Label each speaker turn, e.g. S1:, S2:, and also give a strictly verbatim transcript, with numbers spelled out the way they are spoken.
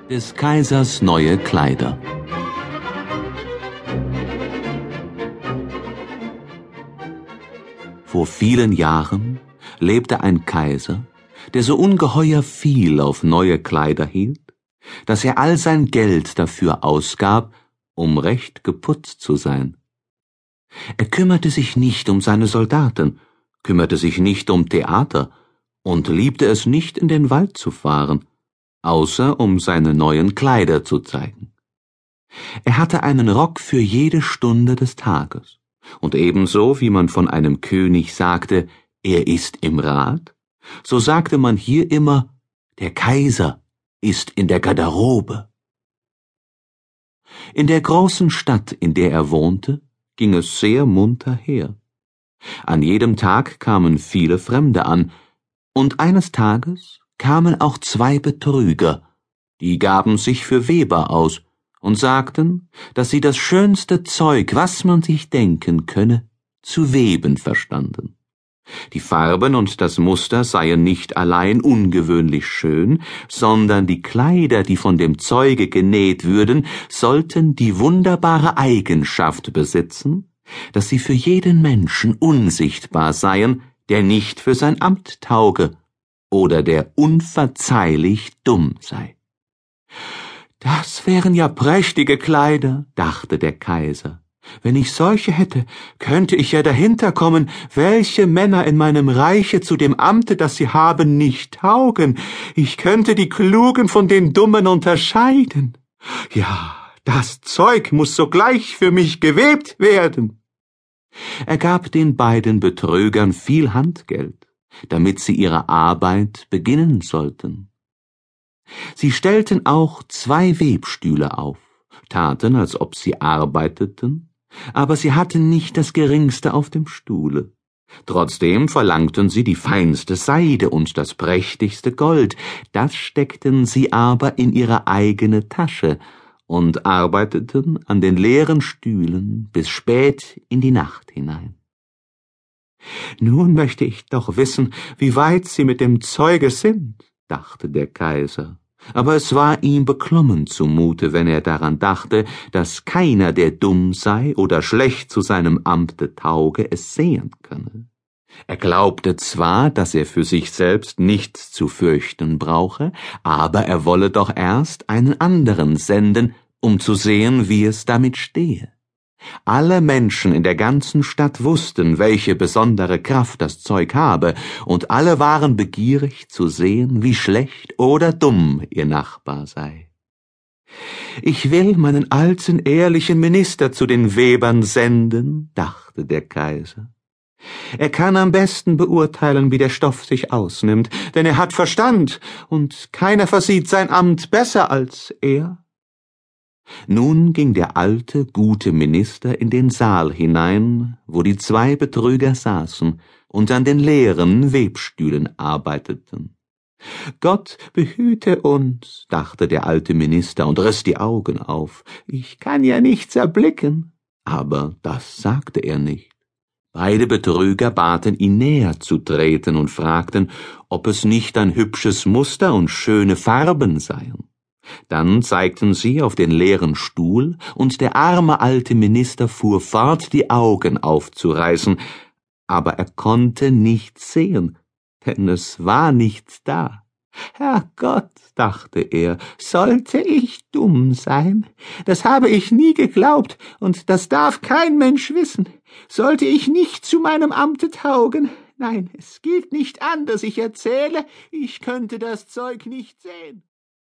S1: Des Kaisers neue Kleider. Vor vielen Jahren lebte ein Kaiser, der so ungeheuer viel auf neue Kleider hielt, dass er all sein Geld dafür ausgab, um recht geputzt zu sein. Er kümmerte sich nicht um seine Soldaten, kümmerte sich nicht um Theater und liebte es nicht, in den Wald zu fahren, außer um seine neuen Kleider zu zeigen. Er hatte einen Rock für jede Stunde des Tages, und ebenso wie man von einem König sagte, er ist im Rat, so sagte man hier immer, der Kaiser ist in der Garderobe. In der großen Stadt, in der er wohnte, ging es sehr munter her. An jedem Tag kamen viele Fremde an, und eines Tages kamen auch zwei Betrüger, die gaben sich für Weber aus und sagten, dass sie das schönste Zeug, was man sich denken könne, zu weben verstanden. Die Farben und das Muster seien nicht allein ungewöhnlich schön, sondern die Kleider, die von dem Zeuge genäht würden, sollten die wunderbare Eigenschaft besitzen, dass sie für jeden Menschen unsichtbar seien, der nicht für sein Amt tauge oder der unverzeihlich dumm sei. Das wären ja prächtige Kleider, dachte der Kaiser. Wenn ich solche hätte, könnte ich ja dahinter kommen, welche Männer in meinem Reiche zu dem Amte, das sie haben, nicht taugen. Ich könnte die Klugen von den Dummen unterscheiden. Ja, das Zeug muß sogleich für mich gewebt werden. Er gab den beiden Betrügern viel Handgeld, damit sie ihre Arbeit beginnen sollten. Sie stellten auch zwei Webstühle auf, taten, als ob sie arbeiteten, aber sie hatten nicht das Geringste auf dem Stuhle. Trotzdem verlangten sie die feinste Seide und das prächtigste Gold, das steckten sie aber in ihre eigene Tasche und arbeiteten an den leeren Stühlen bis spät in die Nacht hinein. Nun möchte ich doch wissen, wie weit sie mit dem Zeuge sind, dachte der Kaiser. Aber es war ihm beklommen zumute, wenn er daran dachte, dass keiner, der dumm sei oder schlecht zu seinem Amte tauge, es sehen könne. Er glaubte zwar, dass er für sich selbst nichts zu fürchten brauche, aber er wolle doch erst einen anderen senden, um zu sehen, wie es damit stehe. Alle Menschen in der ganzen Stadt wussten, welche besondere Kraft das Zeug habe, und alle waren begierig zu sehen, wie schlecht oder dumm ihr Nachbar sei. »Ich will meinen alten, ehrlichen Minister zu den Webern senden«, dachte der Kaiser. »Er kann am besten beurteilen, wie der Stoff sich ausnimmt, denn er hat Verstand, und keiner versieht sein Amt besser als er.« Nun ging der alte, gute Minister in den Saal hinein, wo die zwei Betrüger saßen und an den leeren Webstühlen arbeiteten. »Gott behüte uns«, dachte der alte Minister und riss die Augen auf. »Ich kann ja nichts erblicken.« Aber das sagte er nicht. Beide Betrüger baten ihn näher zu treten und fragten, ob es nicht ein hübsches Muster und schöne Farben seien. Dann zeigten sie auf den leeren Stuhl, und der arme alte Minister fuhr fort, die Augen aufzureißen, aber er konnte nichts sehen, denn es war nichts da. »Herrgott«, dachte er, »sollte ich dumm sein? Das habe ich nie geglaubt, und das darf kein Mensch wissen. Sollte ich nicht zu meinem Amte taugen? Nein, es gilt nicht an, dass ich erzähle, ich könnte das Zeug nicht sehen.«